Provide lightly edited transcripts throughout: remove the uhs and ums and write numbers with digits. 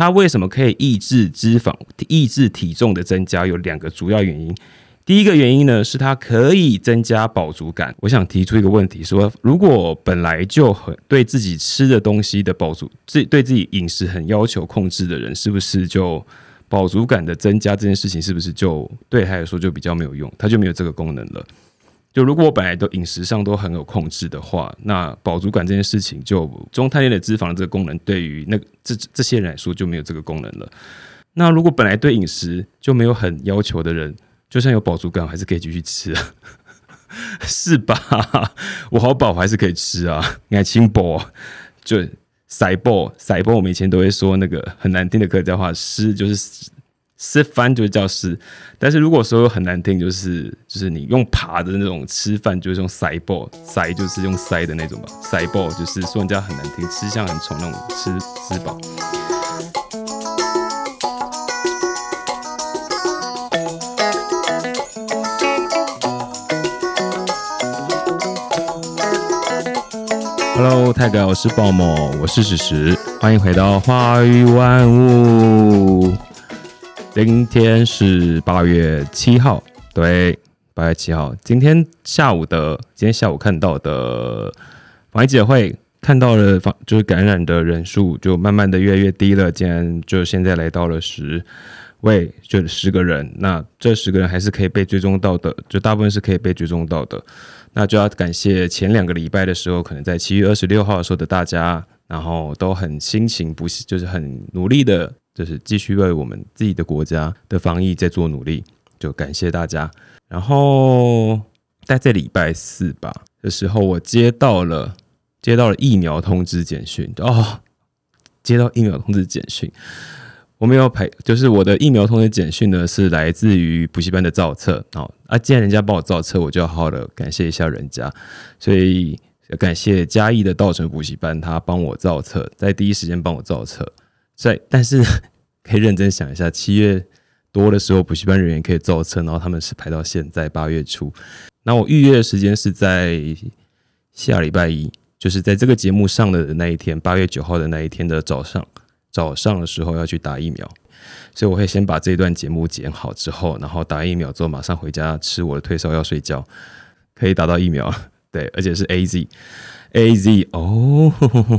它为什么可以抑制抑制体重的增加？有2个主要原因。第一个原因呢，是它可以增加饱足感。我想提出一个问题，说如果本来就很对自己吃的东西的饱足，对自己饮食很要求控制的人，是不是就饱足感的增加这件事情，是不是就对他来说就比较没有用？他就没有这个功能了。就如果我本来都饮食上都很有控制的话，那饱足感这件事情，就中碳链的脂肪的这个功能，对于这些人来说就没有这个功能了。那如果本来对饮食就没有很要求的人，就算有饱足感，我还是可以继续吃啊，是吧？我好饱，我还是可以吃啊。爱清饱就塞饱，我们以前都会说那个很难听的客家话，吃就是吃饭就叫吃，但是如果说很难听，就是你用爬的那种吃饭，就是用塞饱，塞就是用塞的那种吧，塞饱就是说人家很难听，吃相很丑那种吃饱。Hello， 泰哥，我是鲍某，我是史实，欢迎回到花语万物。今天是8月7号，对，8月7号。今天下午看到的防疫记者会，看到了就是感染的人数就慢慢的越来越低了，竟然就现在来到了10位，就10个人。那这10个人还是可以被追踪到的，就大部分是可以被追踪到的。那就要感谢前2个礼拜的时候，可能在7月26号的时候的大家，然后都很辛勤不息，就是很努力的，就是继续为我们自己的国家的防疫在做努力，就感谢大家。然后在这礼拜4吧的时候，我接到了疫苗通知简讯接到疫苗通知简讯。我没有就是我的疫苗通知简讯呢，是来自于补习班的造册。既然人家帮我造册，我就要好好的感谢一下人家，所以感谢嘉义的稻城补习班，他帮我造册，在第一时间帮我造册。但是可以认真想一下，7月多的时候补习班人员可以造册，然后他们是排到现在8月初。那我预约的时间是在下礼拜1，就是在这个节目上的那一天，8月9号的那一天的早上的时候要去打疫苗，所以我会先把这段节目剪好之后，然后打疫苗之后马上回家吃我的退烧药睡觉，可以打到疫苗，对，而且是 AZ 哦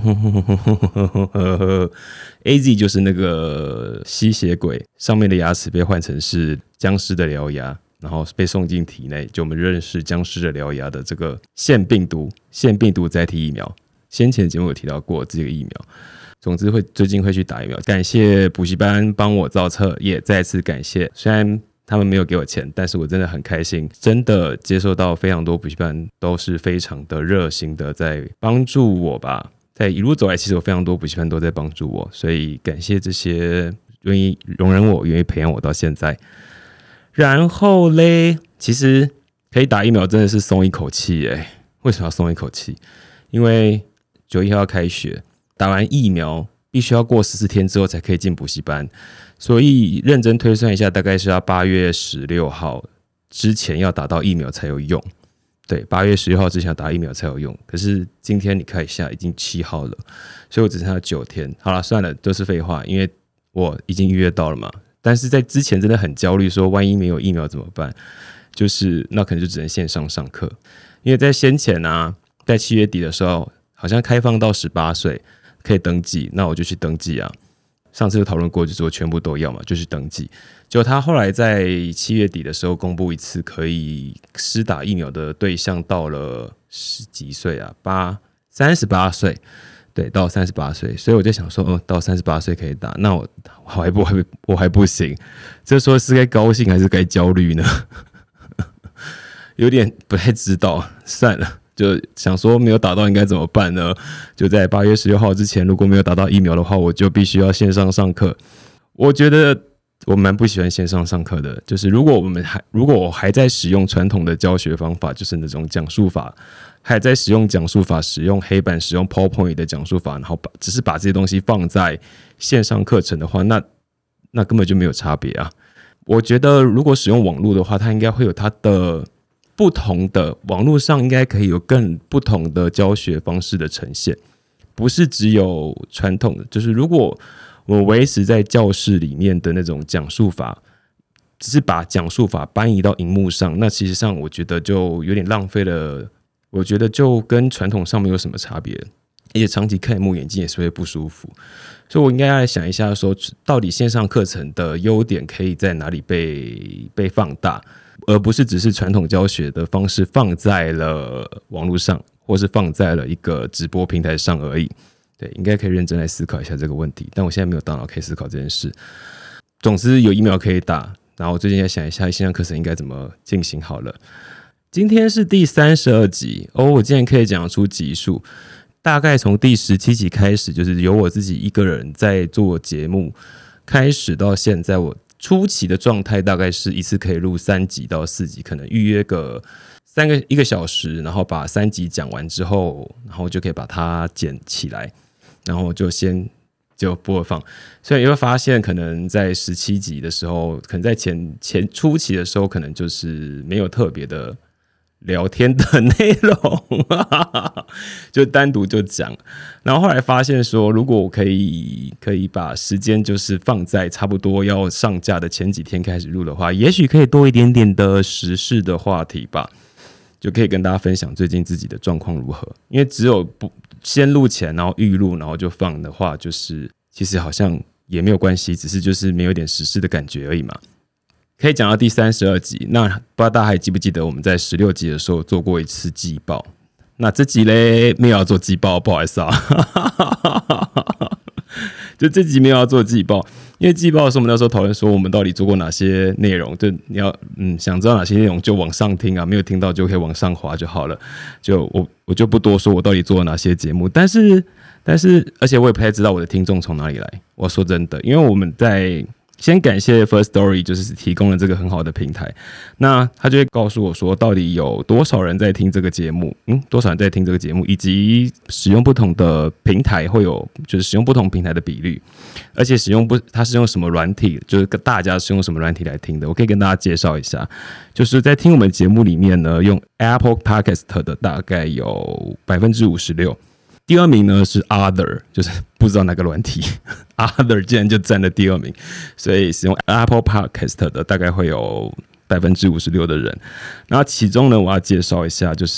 ，AZ 就是那个吸血鬼上面的牙齿被换成是僵尸的獠牙，然后被送进体内，就我们认识僵尸的獠牙的这个腺病毒载体疫苗，先前的节目有提到过这个疫苗。总之最近会去打疫苗，感谢补习班帮我造册，也再次感谢。虽然他们没有给我钱，但是我真的很开心，真的接受到非常多补习班都是非常的热心的在帮助我吧。在一路走来，其实有非常多补习班都在帮助我，所以感谢这些愿意容忍我、愿意培养我到现在。然后嘞，其实可以打疫苗真的是松一口气耶。为什么要松一口气？因为9月1号要开学。打完疫苗必须要过14天之后才可以进补习班，所以认真推算一下，大概是要8月16号之前要打到疫苗才有用。对，8月16号之前要打疫苗才有用。可是今天你看一下，已经7号了，所以我只剩下9天。好了，算了，都是废话，因为我已经预约到了嘛。但是在之前真的很焦虑，说万一没有疫苗怎么办？就是那可能就只能线上上课，因为在先前啊，在7月底的时候，好像开放到18岁。可以登记，那我就去登记啊。上次有讨论过，就说全部都要嘛，就去登记。结果他后来在7月底的时候公布一次，可以施打疫苗的对象到了10几岁啊，38岁，对，到38岁。所以我就想说，到38岁可以打，那我还不行。这说是该高兴还是该焦虑呢？有点不太知道，算了。就想说没有打到应该怎么办呢？就在8月16号之前，如果没有打到疫苗的话，我就必须要线上上课。我觉得我蛮不喜欢线上上课的，就是如果我还在使用传统的教学方法，就是那种讲述法，还在使用讲述法，使用黑板，使用 PowerPoint 的讲述法，然后只是把这些东西放在线上课程的话，那根本就没有差别啊。我觉得如果使用网络的话，它应该会有它的不同的，网络上应该可以有更不同的教学方式的呈现，不是只有传统的。就是如果我们维持在教室里面的那种讲述法，只是把讲述法搬移到荧幕上，那其实上我觉得就有点浪费了。我觉得就跟传统上没有什么差别，而且长期看荧幕眼睛也是会不舒服，所以我应该要来想一下说，到底线上课程的优点可以在哪里被放大，而不是只是传统教学的方式放在了网络上，或是放在了一个直播平台上而已。对，应该可以认真来思考一下这个问题，但我现在没有大脑可以思考这件事。总之有疫苗可以打，然后我最近在想一下线上课程应该怎么进行好了。今天是第32集我竟然可以讲出集数，大概从第17集开始，就是由我自己一个人在做节目开始到现在，我初期的状态大概是一次可以录3集到4集，可能预约个1个小时，然后把3集讲完之后，然后就可以把它剪起来，然后就播放。所以你会发现可能在17集的时候，可能在前初期的时候，可能就是没有特别的聊天的内容就单独就讲，然后后来发现说，如果我可以把时间就是放在差不多要上架的前几天开始录的话，也许可以多一点点的时事的话题吧，就可以跟大家分享最近自己的状况如何。因为只有不先录前，然后预录，然后就放的话，就是其实好像也没有关系，只是就是没有点时事的感觉而已嘛。可以讲到第32集，那不知道大家还记不记得我们在16集的时候做过一次季报？那这集嘞没有要做季报，不好意思啊，就这集没有要做季报，因为季报的时候我们那时候讨论说我们到底做过哪些内容，就你要想知道哪些内容就往上听啊，没有听到就可以往上滑就好了。就我就不多说我到底做了哪些节目，但是而且我也不太知道我的听众从哪里来。我说真的，因为我们在先感谢 Firstory， 就是提供了这个很好的平台，那他就会告诉我说，到底有多少人在听这个节目，多少人在听这个节目，以及使用不同的平台会有，就是使用不同平台的比率，而且它是用什么软体，就是大家是用什么软体来听的，我可以跟大家介绍一下，就是在听我们节目里面呢，用 Apple Podcast 的大概有 56%。第二名呢是 Other， 就是不知道哪个软体，Other 竟然就占了第二名，所以使用 Apple Podcast 的大概会有 56% 的人。然后其中呢，我要介绍一下，就是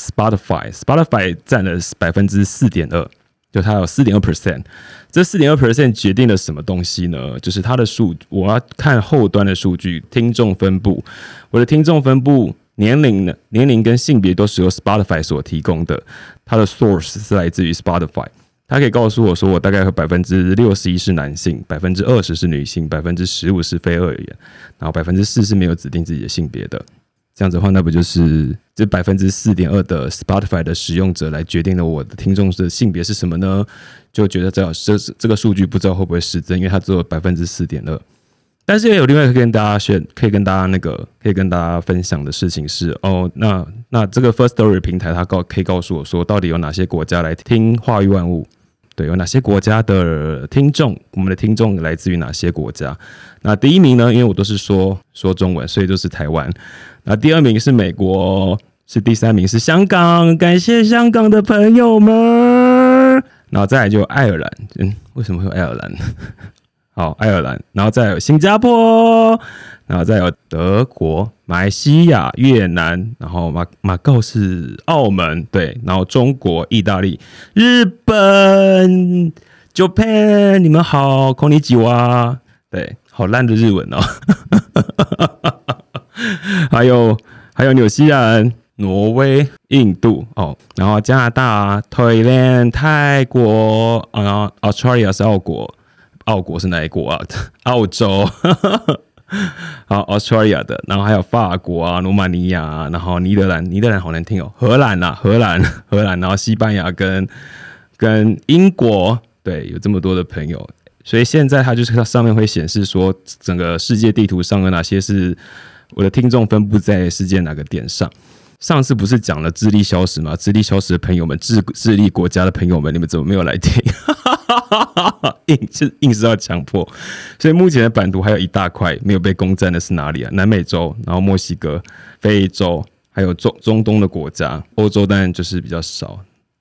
Spotify 占了 4.2%， 就它有 4.2%。这 4.2% 决定了什么东西呢？就是它的我要看后端的数据，听众分布，我的听众分布。年龄跟性别都是由 Spotify 所提供的，它的 source 是来自于 Spotify， 它可以告诉我说，我大概有 61% 是男性， 20% 是女性， 15% 是非二元，然后 4% 是没有指定自己的性别的。这样子的话，那不就是这 4.2% 的 Spotify 的使用者来决定了我的听众的性别是什么呢？就觉得这个数据不知道会不会失真，因为它只有 4.2%。但是也有另外一个可以跟大家分享的事情是，那这个 Firstory 平台它可以告诉我说，到底有哪些国家来听话语万物？对，有哪些国家的听众？我们的听众来自于哪些国家？那第一名呢？因为我都是说中文，所以就是台湾。那第二名是美国，第三名是香港，感谢香港的朋友们。然后再来就有爱尔兰，为什么会有爱尔兰？好，爱尔兰，然后再有新加坡，然后再有德国、马来西亚、越南，然后马告是澳门，对，然后中国、意大利、日本、Japan， 你们好，こんにちは，对，好烂的日文哦，还有纽西兰、挪威、印度然后加拿大、Thailand、泰国，然后 Australia 是澳国是哪一国啊？澳洲，好 Australia 的，然后还有法国啊、罗马尼亚啊，然后尼德兰好难听哦，荷兰，然后西班牙跟英国，对，有这么多的朋友，所以现在它上面会显示说，整个世界地图上有哪些是我的听众分布在世界哪个点上。上次不是讲了智力消失吗？智力消失的朋友们，智力国家的朋友们，你们怎么没有来听？硬是要强迫。所以目前的版图还有一大块没有被攻占的是哪里啊？南美洲，然后墨西哥、非洲，还有中东的国家，欧洲当然就是比较少。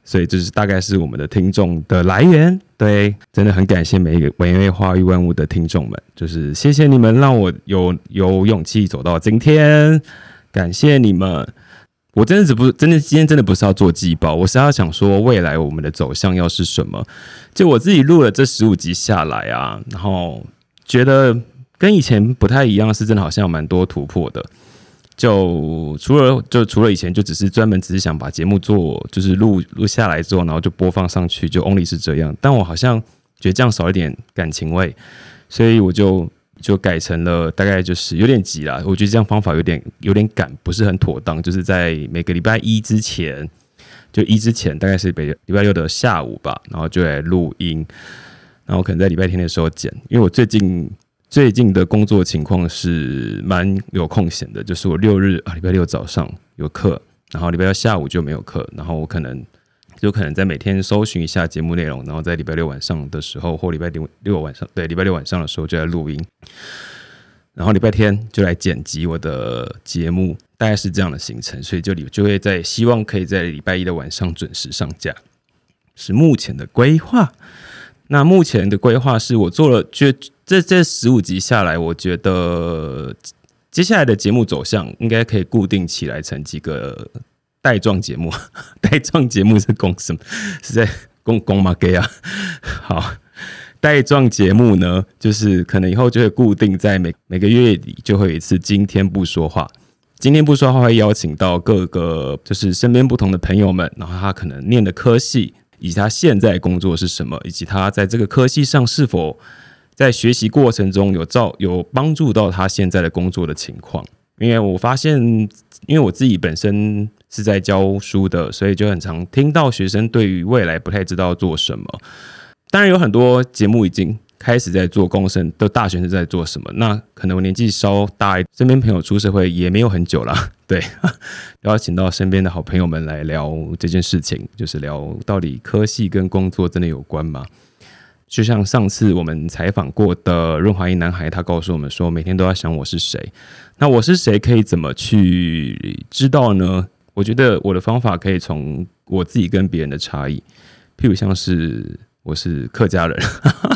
所以这是大概是我们的听众的来源。对，真的很感谢每一位花语万物的听众们，就是谢谢你们让我有勇气走到今天，感谢你们。我真的今天真的不是要做季报，我是要想说未来我们的走向要是什么。就我自己录了这15集下来啊，然后觉得跟以前不太一样，是真的好像有蛮多突破的。就除了以前就只是想把节目做，就是录下来之后，然后就播放上去，就 only 是这样。但我好像觉得这样少一点感情味，所以我就改成了大概就是有点急啦。我觉得这样方法有点赶，不是很妥当。就是在每个礼拜一之前，大概是礼拜六的下午吧，然后就来录音，然后可能在礼拜天的时候剪，因为我最近的工作情况是蛮有空闲的，就是我礼拜六早上有课，然后礼拜六下午就没有课，然后我可能在每天搜寻一下节目内容，然后在礼拜六晚上的时候或礼拜六晚上的时候就来录音，然后礼拜天就来剪辑我的节目，大概是这样的行程，所以就会希望可以在礼拜一的晚上准时上架，是目前的规划。那目前的规划是我做了，这15集下来，我觉得接下来的节目走向应该可以固定起来成几个带状节目。带状节目是攻什么？是在攻马给啊？好，带状节目呢，就是可能以后就会固定在每个月底就会有一次今天不说话。今天不说话会邀请到各个就是身边不同的朋友们，然后他可能念的科系，以及他现在工作是什么，以及他在这个科系上是否在学习过程中有帮助到他现在的工作的情况。因为我发现，因为我自己本身是在教书的，所以就很常听到学生对于未来不太知道做什么。当然有很多节目已经开始在做公生的大学生在做什么，那可能我年纪稍大，身边朋友出社会也没有很久了，对，邀请到身边的好朋友们来聊这件事情，就是聊到底科系跟工作真的有关吗？就像上次我们采访过的润滑液男孩，他告诉我们说，每天都要想我是谁。那我是谁可以怎么去知道呢？我觉得我的方法可以从我自己跟别人的差异，譬如像是我是客家人，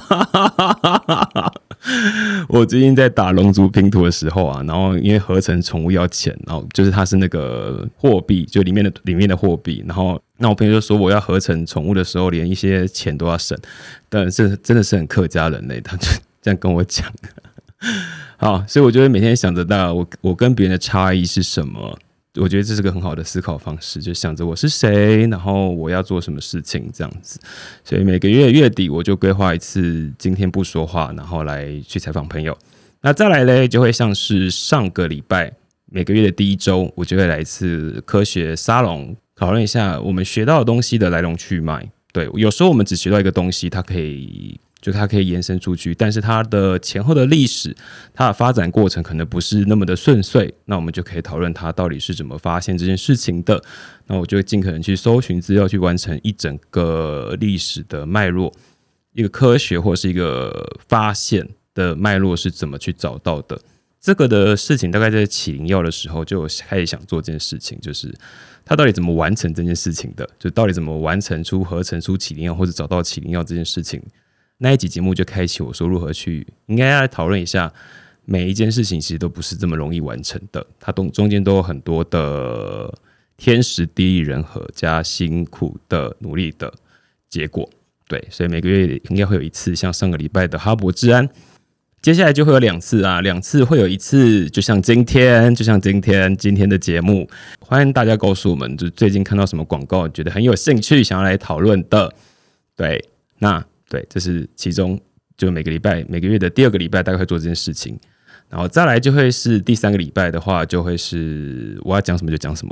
我最近在打龙族拼图的时候啊，然后因为合成宠物要钱，然后就是它是那个货币，就里面的货币，然后那我朋友就说我要合成宠物的时候，连一些钱都要省，但是真的是很客家人类，他就这样跟我讲。好，所以我就会每天想着到我跟别人的差异是什么。我觉得这是个很好的思考方式，就想着我是谁，然后我要做什么事情这样子。所以每个月底我就规划一次今天不说话，然后来去采访朋友。那再来嘞，就会像是上个礼拜每个月的第一周，我就会来一次科学沙龙，讨论一下我们学到的东西的来龙去脉。对，有时候我们只学到一个东西，它可以延伸出去，但是它的前后的历史，它的发展过程可能不是那么的顺遂，那我们就可以讨论它到底是怎么发现这件事情的。那我就会尽可能去搜寻资料，去完成一整个历史的脉络，一个科学或是一个发现的脉络是怎么去找到的。这个的事情大概在起灵药的时候就开始想做这件事情，就是他到底怎么完成这件事情的，就到底怎么完成出合成出起灵药或者找到起灵药这件事情。那一集节目就开启我说如何去，应该要来讨论一下，每一件事情其实都不是这么容易完成的，它中间都有很多的天时地利人和加辛苦的努力的结果。对，所以每个月应该会有一次，像上个礼拜的哈勃治安，接下来就会有2次啊，2次会有一次，就像今天的节目，欢迎大家告诉我们，就最近看到什么广告，觉得很有兴趣，想要来讨论的。对，这是其中，就每个月的第2个礼拜大概会做这件事情，然后再来就会是第3个礼拜的话，就会是我要讲什么就讲什么。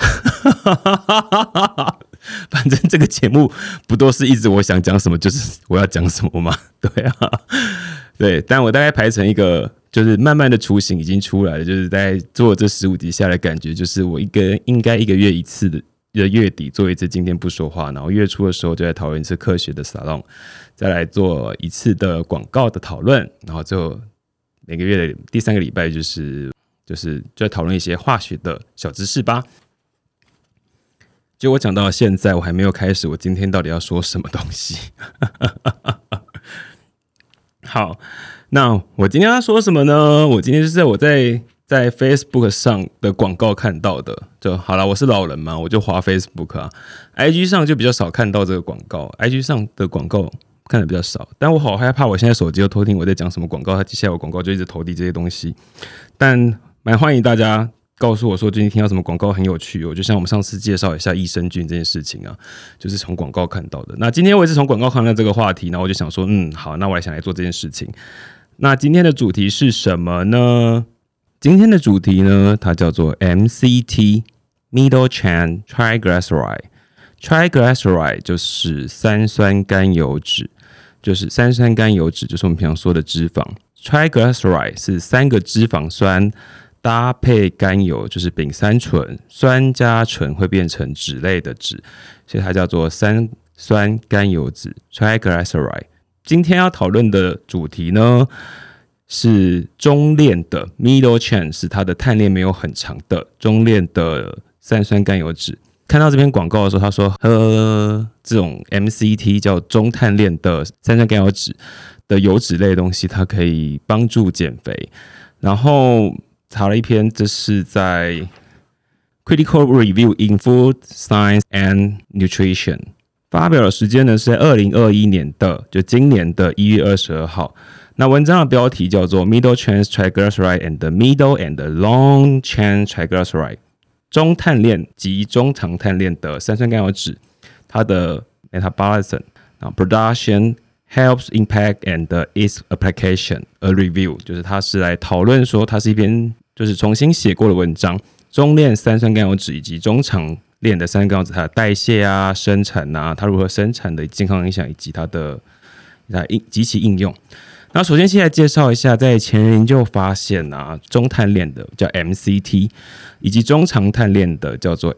反正这个节目不都是一直我想讲什么就是我要讲什么吗？对啊，对，但我大概排成一个，就是慢慢的雏形已经出来了，就是在做这15集下来，感觉就是我应该一个月一次的月底做一次今天不说话，然后月初的时候就来讨论一次科学的沙龙，再来做一次的广告的讨论，然后最后每个月的第3个礼拜就在讨论一些化学的小知识吧。 结果讲到现在，我还没有开始，我今天到底要说什么东西？好，那我今天要说什么呢？我今天就是我在 Facebook 上的广告看到的，就好了。我是老人嘛，我就滑 Facebook 啊 ，IG 上就比较少看到这个广告 ，IG 上的广告看的比较少。但我好害怕，我现在手机又偷听我在讲什么广告，它接下来有广告就一直投递这些东西。但蛮欢迎大家告诉我说最近听到什么广告很有趣，就像我们上次介绍一下益生菌这件事情啊，就是从广告看到的。那今天我也是从广告看到这个话题，然后我就想说，好，那我也想来做这件事情。那今天的主题是什么呢？今天的主题呢，它叫做 MCT Middle Chain Triglyceride。Triglyceride 就是三酸甘油酯，就是三酸甘油酯，就是我们平常说的脂肪。Triglyceride 是3个脂肪酸搭配甘油，就是丙三醇，酸加醇会变成脂类的酯，所以它叫做三酸甘油酯 Triglyceride。今天要讨论的主题呢，是中链的 middle chain， 是它的碳链没有很长的中链的三酸甘油酯。看到这篇广告的时候，他说这种 MCT 叫中碳链的三酸甘油酯的油脂类的东西，它可以帮助减肥。然后查了一篇，这是在 Critical Review in Food Science and Nutrition 发表的时间呢，是在2021年的，就今年的1月22号。那文章的标题叫做 Middle Chain Triglyceride and Middle and Long Chain Triglyceride， 中碳链及中长碳链的三酸甘油酯，它的 metabolism production helps impact and its application a review， 就是它是来讨论说，它是一篇就是重新写过的文章，中链三酸甘油酯以及中长链的三酸甘油酯它的代谢啊、生产啊，它如何生产的健康影响以及它及其应用。那首先先来介绍一下，在前人研究发现啊，中碳链的叫 MCT， 以及中长碳链的叫做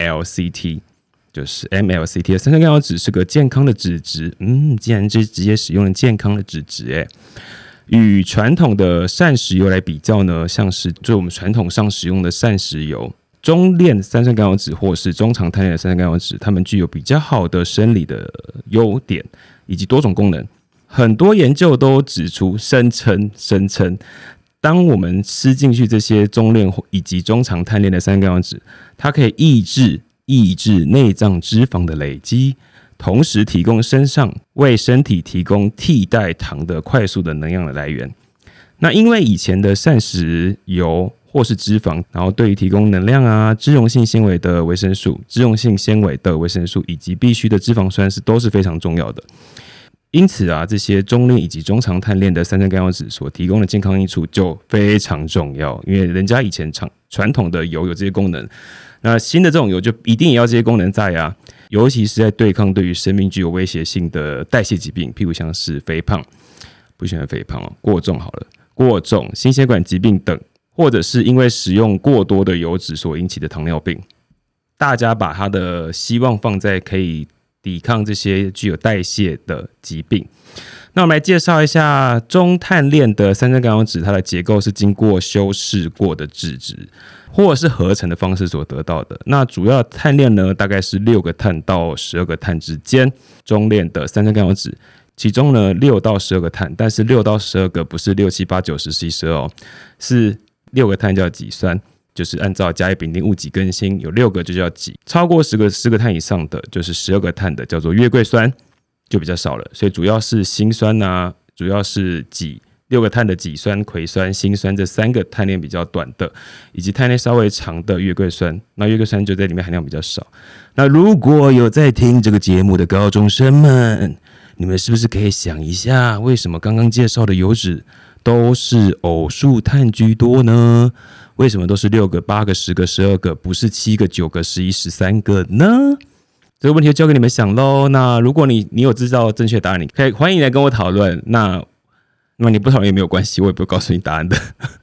MLCT， 就是 MLCT 的三酸甘油酯是个健康的脂质，竟然是直接使用了健康的脂质与传统的膳食油来比较呢，像是就我们传统上使用的膳食油，中链三酸甘油酯或是中长碳链的三酸甘油酯，它们具有比较好的生理的优点以及多种功能。很多研究都指出，声称，当我们吃进去这些中链以及中长碳链的三酸甘油酯，它可以抑制内脏脂肪的累积，同时提供为身体提供替代糖的快速的能量的来源。那因为以前的膳食油或是脂肪，然后对于提供能量啊、脂溶性纤维的维生素以及必需的脂肪酸都是非常重要的。因此啊，这些中链以及中长碳链的三酸甘油酯所提供的健康益处就非常重要，因为人家以前传统的油有这些功能，那新的这种油就一定也要这些功能在啊，尤其是在对抗对于生命具有威胁性的代谢疾病，譬如像是肥胖，不喜欢肥胖过重好了，过重、心血管疾病等，或者是因为使用过多的油脂所引起的糖尿病，大家把它的希望放在可以抵抗这些具有代谢的疾病。那我们来介绍一下中碳链的三酸甘油酯，它的结构是经过修饰过的脂质或者是合成的方式所得到的。那主要的碳链呢，大概是6个碳到12个碳之间。中链的三酸甘油酯，其中呢6到12个碳，但是6到12个不是6、7、8、9、10、11、12是6个碳叫己酸。就是按照甲乙丙丁戊己庚辛，有6个就叫己，超过10个碳以上的就是12个碳的叫做月桂酸，就比较少了。所以主要是辛酸啊，主要是己6个碳的己酸、葵酸、辛酸这3个碳链比较短的，以及碳链稍微长的月桂酸。那月桂酸就在里面含量比较少。那如果有在听这个节目的高中生们，你们是不是可以想一下，为什么刚刚介绍的油脂都是偶数碳居多呢？为什么都是6个、8个、10个、12个，不是7个、9个、11、13个呢？这个问题就交给你们想咯。那如果你有知道正确答案，你可以欢迎来跟我讨论。那你不讨论也没有关系，我也不会告诉你答案的。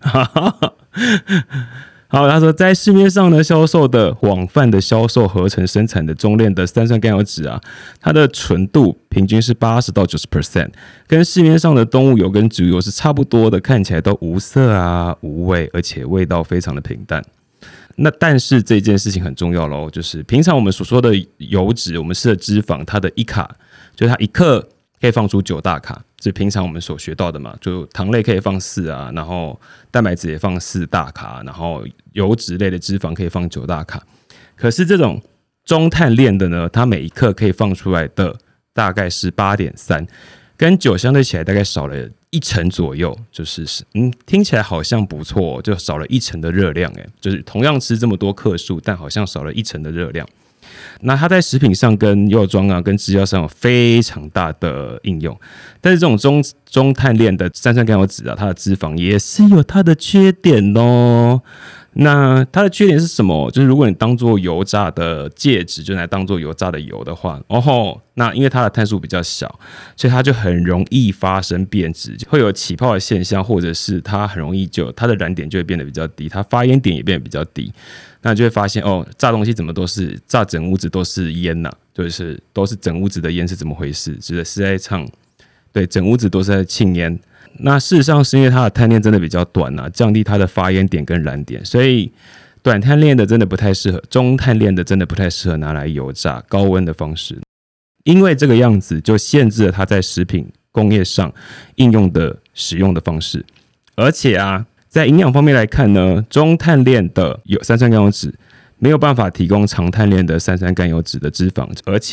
好，他说在市面上呢销售的广泛的销售合成生产的中链的三酸甘油酯啊，它的纯度平均是80到 90%， 跟市面上的动物油跟植物油是差不多的，看起来都无色啊无味，而且味道非常的平淡。 那但是这件事情很重要咯，就是平常我们所说的油脂，我们吃的脂肪，它的一卡就是它1克可以放出9大卡，这是平常我们所学到的嘛，就糖类可以放4啊，然后蛋白质也放4大卡，然后油脂类的脂肪可以放9大卡。可是这种中碳链的呢，它每1克可以放出来的大概是 8.3， 跟9相对起来大概少了1成左右，就是听起来好像不错，就少了1成的热量，就是同样吃这么多克数，但好像少了1成的热量。那它在食品上跟药妆啊、跟制药上有非常大的应用，但是这种中碳链的三酸甘油酯啊，它的脂肪也是有它的缺点哦。那它的缺点是什么？就是如果你当做油炸的介质，就来当做油炸的油的话，那因为它的碳数比较小，所以它就很容易发生变质，会有起泡的现象，或者是它很容易它的燃点就会变得比较低，它发烟点也变得比较低。那就会发现炸东西怎么都是炸整屋子都是烟呐，就是都是整屋子的烟是怎么回事？是在唱，对，整屋子都是在庆烟。那事实上是因为它的碳链真的比较短啊，降低它的发烟点跟燃点，所以短碳链的真的不太适合，中碳链的真的不太适合拿来油炸高温的方式，因为这个样子就限制了它在食品工业上应用的使用的方式，而且啊。在营养方面来看呢，中碳链的三酸甘油酯没有办法提供长碳链的三酸甘油酯的脂肪，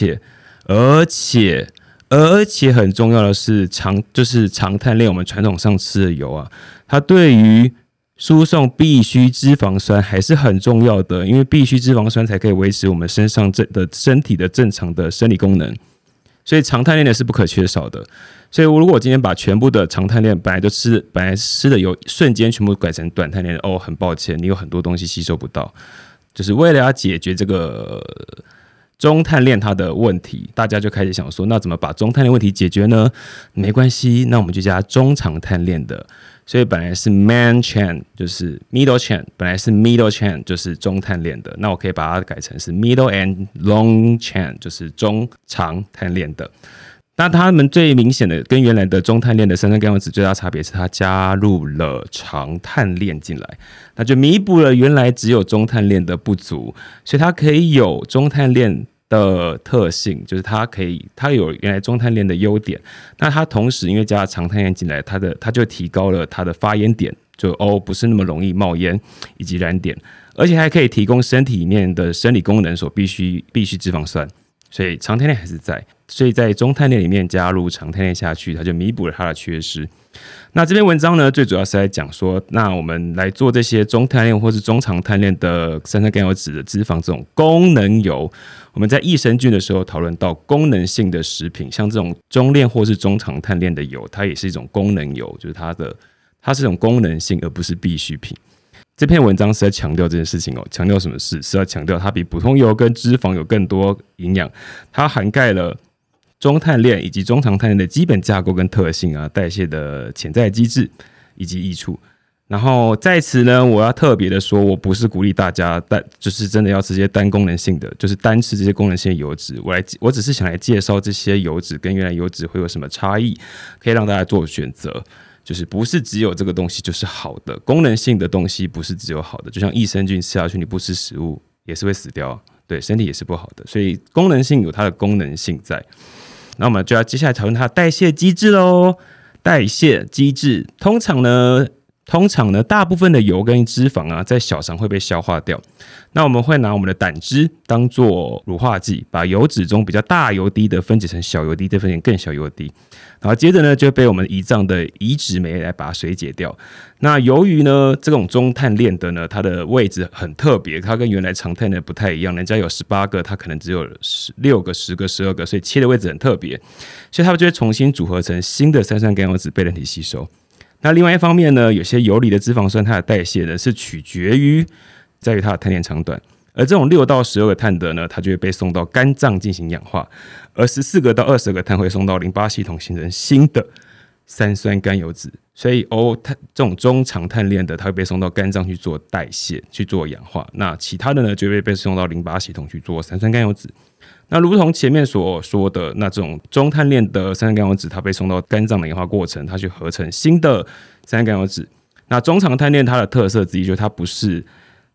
而且很重要的是就是长碳链我们传统上吃的油啊，它对于输送必需脂肪酸还是很重要的，因为必需脂肪酸才可以维持我们身体的正常的生理功能，所以长碳链的是不可缺少的。所以如果我今天把全部的长碳链本来吃的油瞬间全部改成短碳链，很抱歉，你有很多东西吸收不到。就是为了要解决这个中碳链它的问题，大家就开始想说，那怎么把中碳链问题解决呢？没关系，那我们就加中长碳链的。所以本来是 main chain 就是 middle chain， 本来是 middle chain 就是中碳链的，那我可以把它改成是 middle and long chain 就是中长碳链的。那它们最明显的跟原来的中碳链的三酸甘油酯最大差别是它加入了长碳链进来，那就弥补了原来只有中碳链的不足，所以它可以有中碳链的特性，就是它有原来中碳链的优点，那它同时因为加了长碳链进来，它就提高了它的发烟点，就不是那么容易冒烟以及燃点，而且还可以提供身体里面的生理功能所必需脂肪酸，所以长碳链还是在，所以在中碳链里面加入长碳链下去，它就弥补了它的缺失。那这篇文章呢，最主要是在讲说，那我们来做这些中碳链或是中长碳链的三酸甘油酯的脂肪这种功能油，我们在益生菌的时候讨论到功能性的食品，像这种中链或是中长碳链的油，它也是一种功能油，就是它是一种功能性而不是必需品。这篇文章是在强调这件事情强调什么事？是要强调它比普通油跟脂肪有更多营养，它涵盖了中碳链以及中长碳链的基本架构跟特性啊，代谢的潜在机制以及益处。然后在此呢，我要特别的说，我不是鼓励大家就是真的要直接单功能性的，就是单吃这些功能性的油脂。我只是想来介绍这些油脂跟原来油脂会有什么差异，可以让大家做选择。就是不是只有这个东西就是好的，功能性的东西不是只有好的，就像益生菌吃下去你不吃食物也是会死掉，对身体也是不好的，所以功能性有它的功能性在。那我们就要接下来讨论它的代谢机制咯。代谢机制通常呢，大部分的油跟脂肪啊，在小肠会被消化掉。那我们会拿我们的胆汁当做乳化剂，把油脂中比较大油滴的分解成小油滴，再分解更小油滴。然后接着呢，就被我们胰脏的胰脂酶来把它水解掉。那由于呢，这种中碳链的呢，它的位置很特别，它跟原来长碳链不太一样，人家有18个，它可能只有6个、10个、12个，所以切的位置很特别，所以它们就会重新组合成新的三酸甘油酯被人体吸收。那另外一方面呢，有些油里的脂肪酸，它的代谢呢是取决于在于它的碳链长短，而这种6到12个碳的呢，它就会被送到肝脏进行氧化，而14个到20个碳会送到淋巴系统形成新的三酸甘油酯。所以这种中长碳链的，它会被送到肝脏去做代谢、去做氧化，那其他的呢，就会被送到淋巴系统去做三酸甘油酯。那如同前面所说的，那这种中碳链的三酸甘油酯，它被送到肝脏的氧化过程，它去合成新的三酸甘油酯。那中长碳链它的特色之一就是它不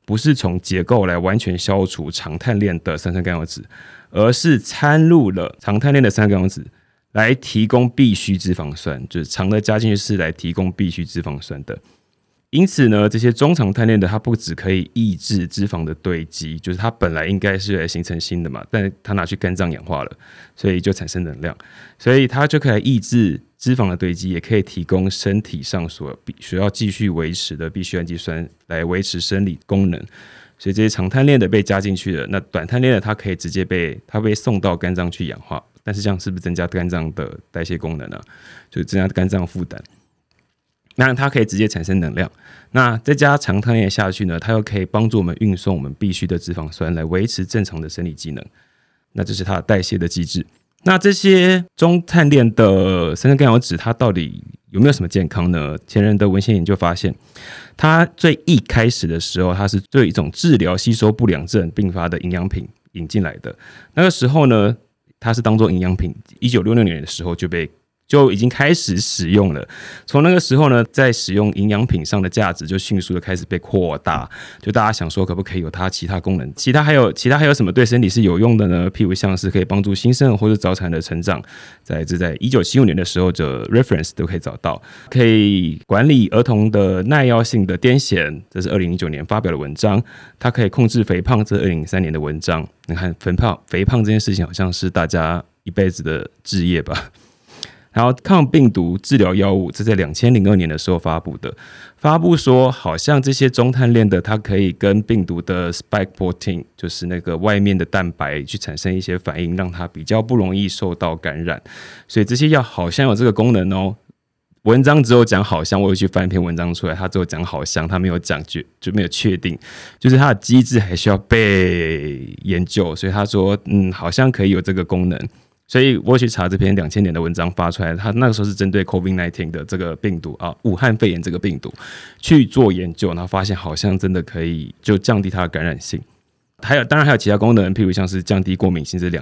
不是从结构来完全消除长碳链的三酸甘油酯，而是掺入了长碳链的三酸甘油酯来提供必需脂肪酸，就是长的加进去是来提供必需脂肪酸的。因此呢，这些中长碳链的它不只可以抑制脂肪的堆积，就是它本来应该是来形成新的嘛，但它拿去肝脏氧化了，所以就产生能量，所以它就可以来抑制脂肪的堆积，也可以提供身体上所需要继续维持的必需氨基酸来维持生理功能。所以这些长碳链的被加进去了，那短碳链的它可以直接被送到肝脏去氧化，但是这样是不是增加肝脏的代谢功能呢？就增加肝脏负担。那它可以直接产生能量，那再加长碳链下去呢，它又可以帮助我们运送我们必需的脂肪酸来维持正常的生理机能，那这是它的代谢的机制。那这些中碳链的三酸甘油酯它到底有没有什么健康呢？前人的文献研究发现，它最一开始的时候，它是对一种治疗吸收不良症并发的营养品引进来的。那个时候呢，它是当作营养品，1966年的时候就已经开始使用了。从那个时候呢，在使用营养品上的价值就迅速的开始被扩大。就大家想说，可不可以有它其他功能？其他还有什么对身体是有用的呢？譬如像是可以帮助新生儿或者早产的成长，在1975年的时候的 reference 都可以找到。可以管理儿童的耐药性的癫痫，这是2009年发表的文章。它可以控制肥胖，这是2003年的文章。你看肥胖这件事情好像是大家一辈子的志业吧。然后抗病毒治疗药物，这在2002年的时候发布的，发布说好像这些中碳链的它可以跟病毒的 spike protein， 就是那个外面的蛋白去产生一些反应，让它比较不容易受到感染，所以这些药好像有这个功能哦。文章只有讲好像，我有去翻一篇文章出来，他只有讲好像，他没有讲就没有确定，就是它的机制还需要被研究，所以他说好像可以有这个功能。所以我去查这篇2000年的文章发出来，他那个时候是针对 COVID-19 的这个病毒啊，武汉肺炎这个病毒去做研究，然后发现好像真的可以就降低它的感染性。当然还有其他功能，譬如像是降低过敏性，是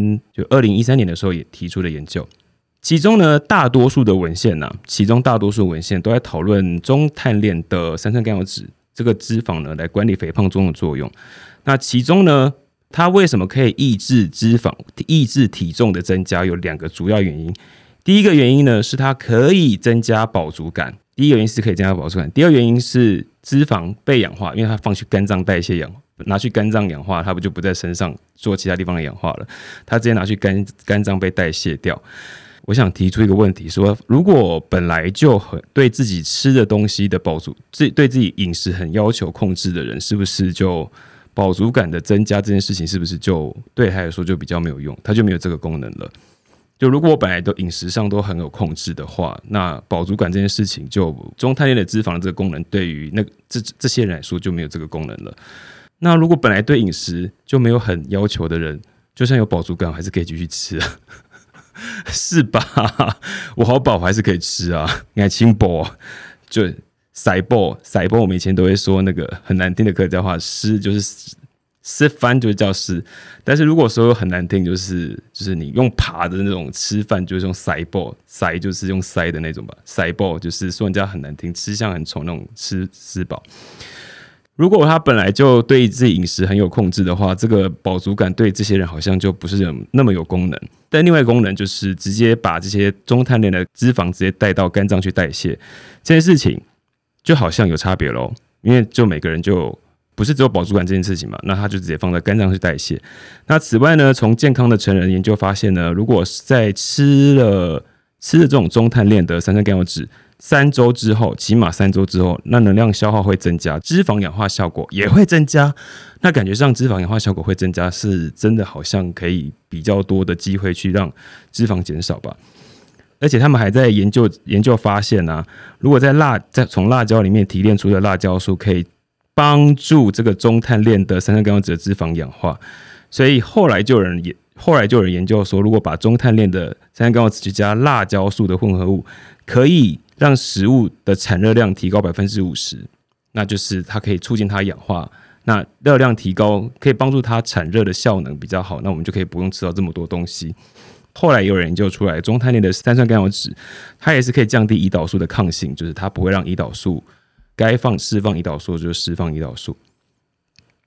2013年的时候也提出的研究。其中呢，大多数的文献都在讨论中碳链的三酸甘油酯这个脂肪呢，来管理肥胖中的作用。那其中呢，它为什么可以抑制体重的增加？有2个主要原因。第一个原因呢，是它可以增加饱足感。第二个原因是脂肪被氧化，因为它放去肝脏代谢拿去肝脏氧化，它就不在身上做其他地方的氧化了，它直接拿去肝脏被代谢掉。我想提出一个问题，说如果本来就对自己吃的东西的对自己饮食很要求控制的人，是不是就饱足感的增加这件事情是不是就对他来说就比较没有用，他就没有这个功能了？就如果我本来都饮食上都很有控制的话，那饱足感这件事情就中碳链的脂肪的这个功能对于这些人来说就没有这个功能了。那如果本来对饮食就没有很要求的人，就算有饱足感我还是可以继续吃啊，是吧？我好饱我还是可以吃啊，你还轻饱就塞爆，我们以前都会说那个很难听的客家话，吃就是吃饭就是叫吃，但是如果说很难听，就是你用爬的那种吃饭，就是用塞爆，塞就是用塞的那种吧，塞爆就是说人家很难听，吃相很丑那种吃饱。如果他本来就对自己饮食很有控制的话，这个饱足感对这些人好像就不是那么有功能。但另外一个功能就是直接把这些中碳链的脂肪直接带到肝脏去代谢，这件事情就好像有差别咯，因为就每个人就不是只有饱足感这件事情嘛，那他就直接放在肝脏去代谢。那此外呢，从健康的成人研究发现呢，如果在吃了这种中碳链的三酸甘油酯起码3周之后，那能量消耗会增加，脂肪氧化效果也会增加。那感觉上脂肪氧化效果会增加，是真的好像可以比较多的机会去让脂肪减少吧。而且他们还在研究发现啊，如果从辣椒里面提炼出的辣椒素可以帮助这个中碳链的三酸甘油酯的脂肪氧化，所以后来就有人研究说，如果把中碳链的三酸甘油酯去加辣椒素的混合物，可以让食物的产热量提高 50%， 那就是它可以促进它氧化，那热量提高可以帮助它产热的效能比较好，那我们就可以不用吃到这么多东西。后来有人研究出来，中碳链的三酸甘油酯它也是可以降低胰岛素的抗性，就是它不会让胰岛素该释放胰岛素就释放胰岛素。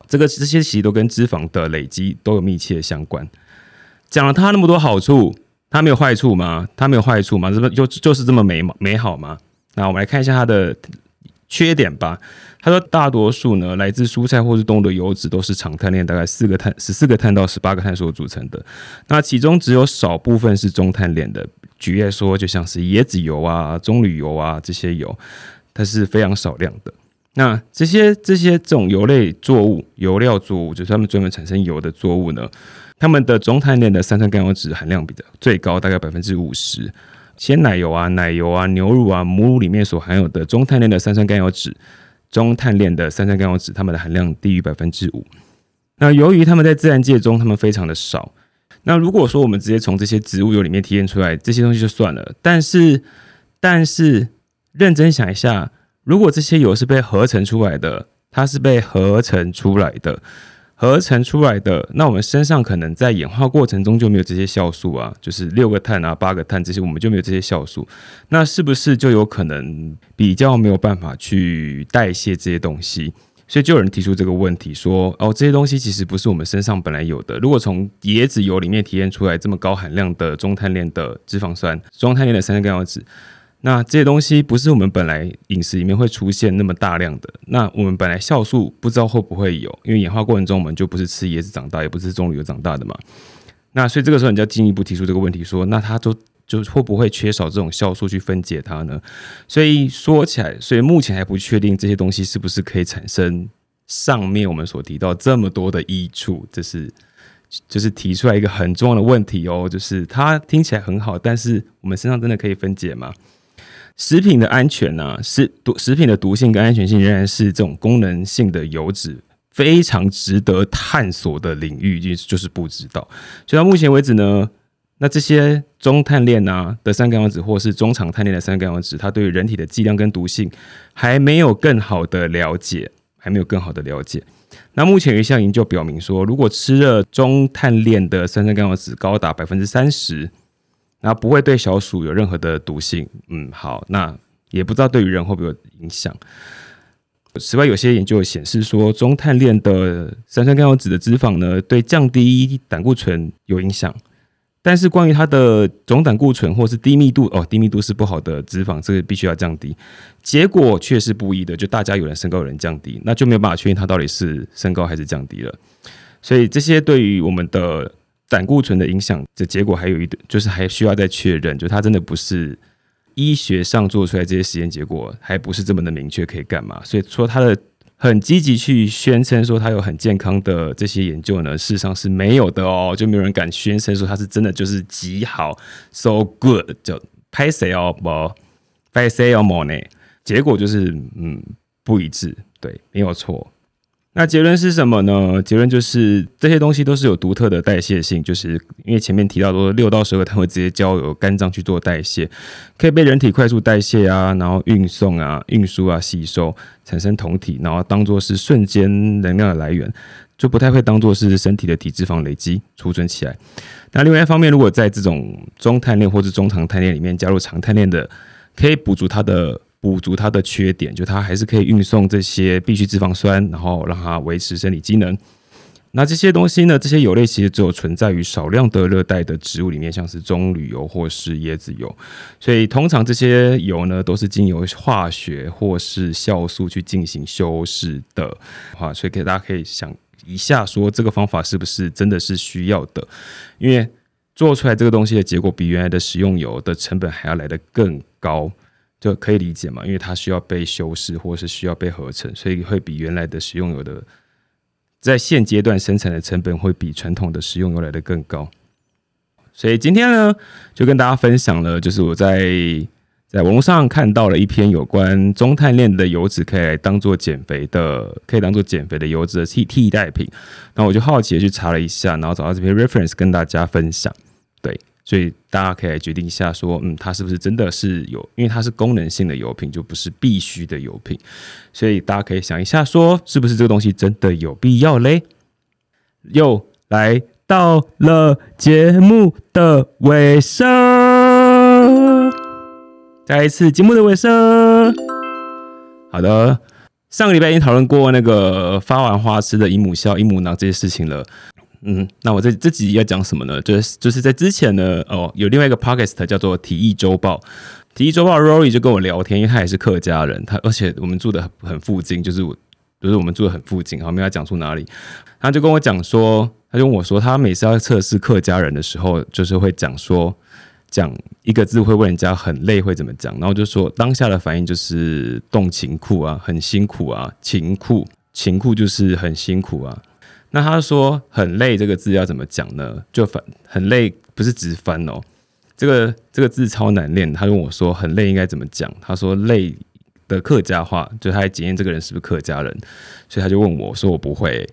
这些其实都跟脂肪的累积都有密切的相关。讲了它那么多好处，它没有坏处吗？它没有坏处吗？就是这么美好吗？那我们来看一下它的缺点吧。他说，大多数呢来自蔬菜或是动物的油脂都是长碳链，大概14个碳到18个碳所组成的。那其中只有少部分是中碳链的，举例来说，就像是椰子油啊、棕榈油啊这些油，它是非常少量的。那这种油类作物、油料作物，就是它们专门产生油的作物呢，它们的中碳链的三酸甘油酯含量比较最高，大概50%。鲜奶油啊、奶油啊、牛乳啊、母乳里面所含有的中碳链的三酸甘油酯，中碳链的三酸甘油酯，它们的含量低于5%。那由于它们在自然界中，它们非常的少。那如果说我们直接从这些植物油里面提炼出来这些东西就算了，但是认真想一下，如果这些油是被合成出来的，它是被合成出来的，那我们身上可能在演化过程中就没有这些酵素啊，就是6个碳啊、8个碳这些，我们就没有这些酵素，那是不是就有可能比较没有办法去代谢这些东西？所以就有人提出这个问题说，这些东西其实不是我们身上本来有的。如果从椰子油里面提炼出来这么高含量的中碳链的脂肪酸、中碳链的三酸甘油酯，那这些东西不是我们本来饮食里面会出现那么大量的，那我们本来酵素不知道会不会有，因为演化过程中我们就不是吃椰子长大，也不是棕榈油长大的嘛。那所以这个时候你就要进一步提出这个问题说，那它就会不会缺少这种酵素去分解它呢？所以说起来，所以目前还不确定这些东西是不是可以产生上面我们所提到这么多的益处，就是提出来一个很重要的问题哦，就是它听起来很好，但是我们身上真的可以分解吗？食品的安全啊，食品的毒性跟安全性仍然是这种功能性的油脂非常值得探索的领域，就是不知道。所以到目前为止呢，那这些中碳链啊的三酸甘油酯，或是中长碳链的三酸甘油酯，它对于人体的剂量跟毒性还没有更好的了解。那目前有一项研究表明说，如果吃了中碳链的三酸甘油酯高达30%，那不会对小鼠有任何的毒性。好，那也不知道对于人会不会有影响。此外，有些研究显示说，中碳链的三酸甘油酯的脂肪呢，对降低胆固醇有影响。但是关于它的总胆固醇或是低密度是不好的脂肪，这个必须要降低。结果却是不一的，就大家有人升高，有人降低，那就没有办法确定它到底是升高还是降低了。所以这些对于我们的胆固醇的影响的结果还有就是还需要再确认，就它真的不是医学上做出来这些实验结果还不是这么的明确可以干嘛。所以说它的很积极去宣称说它有很健康的这些研究呢，事实上是没有的哦，就没有人敢宣称说它是真的就是极好 so good， 就拍谁哦不拍谁哦么呢？结果就是不一致，对，没有错。那结论是什么呢？结论就是这些东西都是有独特的代谢性，就是因为前面提到说6到12个碳会直接交由肝脏去做代谢，可以被人体快速代谢啊，然后运送啊、运输啊、吸收，产生酮体，然后当作是瞬间能量的来源，就不太会当作是身体的体脂肪累积储存起来。那另外一方面，如果在这种中碳链或是中长碳链里面加入长碳链的，可以补足它的缺点，就它还是可以运送这些必需脂肪酸，然后让它维持生理机能。那这些东西呢，这些油类其实只有存在于少量的热带的植物里面，像是棕榈油或是椰子油。所以通常这些油呢，都是经由化学或是酵素去进行修饰的。所以大家可以想一下说，这个方法是不是真的是需要的？因为做出来这个东西的结果比原来的食用油的成本还要来得更高。就可以理解嘛，因为它需要被修饰或是需要被合成，所以会比原来的食用油的在现阶段生产的成本会比传统的食用油来得更高。所以今天呢，就跟大家分享了，就是我在网络上看到了一篇有关中碳链的油脂可以来当做减肥的油脂的替代品。然后我就好奇的去查了一下，然后找到这篇 reference 跟大家分享。对。所以大家可以来决定一下说，它是不是真的是有，因为它是功能性的油品，就不是必须的油品。所以大家可以想一下说，是不是这个东西真的有必要嘞？又来到了节目的尾声，再一次节目的尾声。好的上个礼拜已经讨论过那个发完花痴的姨母笑、姨母囊这些事情了。那我这集要讲什么呢？就是在之前呢，有另外一个 podcast 叫做《体育周报》。体育周报 Rory 就跟我聊天，因为他也是客家人，而且我们住的很附近，就是我们住的很附近，好，没有讲出哪里。他就跟我讲说，他就问我说，他每次要测试客家人的时候，就是会讲一个字会问人家很累会怎么讲，然后就说当下的反应就是动情酷啊，很辛苦啊，情酷就是很辛苦啊。那他说很累这个字要怎么讲呢？就很累不是直翻哦，这个字超难练。他问我说很累应该怎么讲？他说累的客家话，就他在检验这个人是不是客家人，所以他就问我说我不会，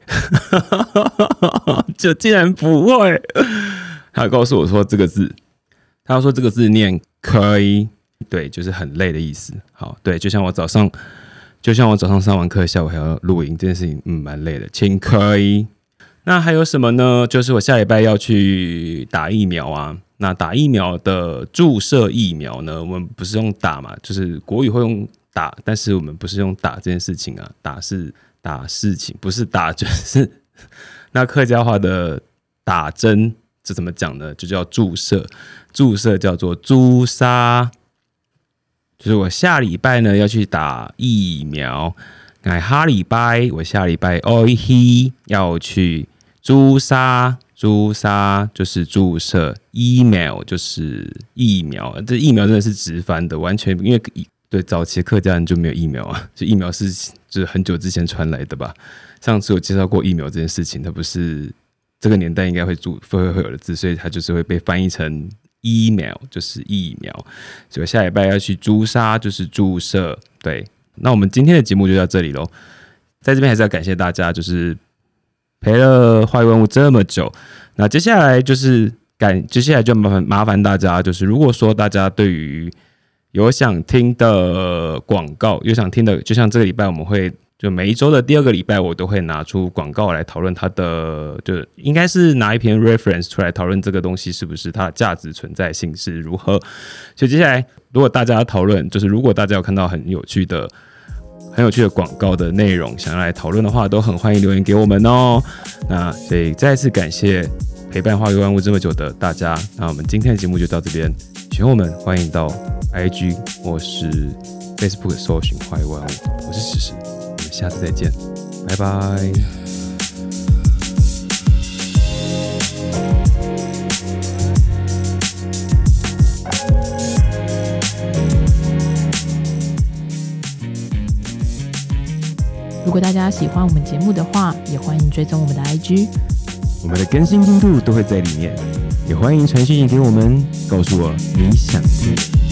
就竟然不会。他告诉我说这个字，他说这个字念可以，对，就是很累的意思。好，对，就像我早上上完课，下午还要录音，这件事情蛮累的，请可以。那还有什么呢？就是我下礼拜要去打疫苗啊。那打疫苗的注射疫苗呢，我们不是用打嘛，就是国语会用打，但是我们不是用打这件事情啊，打是打事情，不是打就是那客家话的打针，这怎么讲呢？就叫注射，注射叫做朱砂。就是我下礼拜呢要去打疫苗，下礼拜我下礼拜要去注砂，注砂就是注射，疫苗就是疫苗，这疫苗真的是直翻的，完全因为对早期的客家人就没有疫苗啊，就疫苗就是很久之前传来的吧。上次有介绍过疫苗这件事情，它不是这个年代应该会有的字，所以它就是会被翻译成疫苗，就是疫苗。所以下礼拜要去注砂，就是注射。对，那我们今天的节目就到这里咯。在这边还是要感谢大家，就是陪了话语万物这么久。那接下来就麻烦大家，就是如果说大家对于有想听的广告，有想听的，就像这个礼拜我们会就每一周的第2个礼拜，我都会拿出广告来讨论它的，就应该是拿一篇 reference 出来讨论这个东西是不是它的价值存在性是如何。所以接下来，如果大家要讨论，就是如果大家有看到很有趣的广告的内容，想要来讨论的话，都很欢迎留言给我们哦。那所以再次感谢陪伴话语万物这么久的大家。那我们今天的节目就到这边，喜欢我们欢迎到 IG 或是 Facebook 搜寻话语万物，我是史实。下次再见，拜拜。 如果大家喜欢我们节目的话，也欢迎追踪我们的 IG， 我们的更新进度都会在里面，也欢迎传讯息给我们，告诉我你想听的。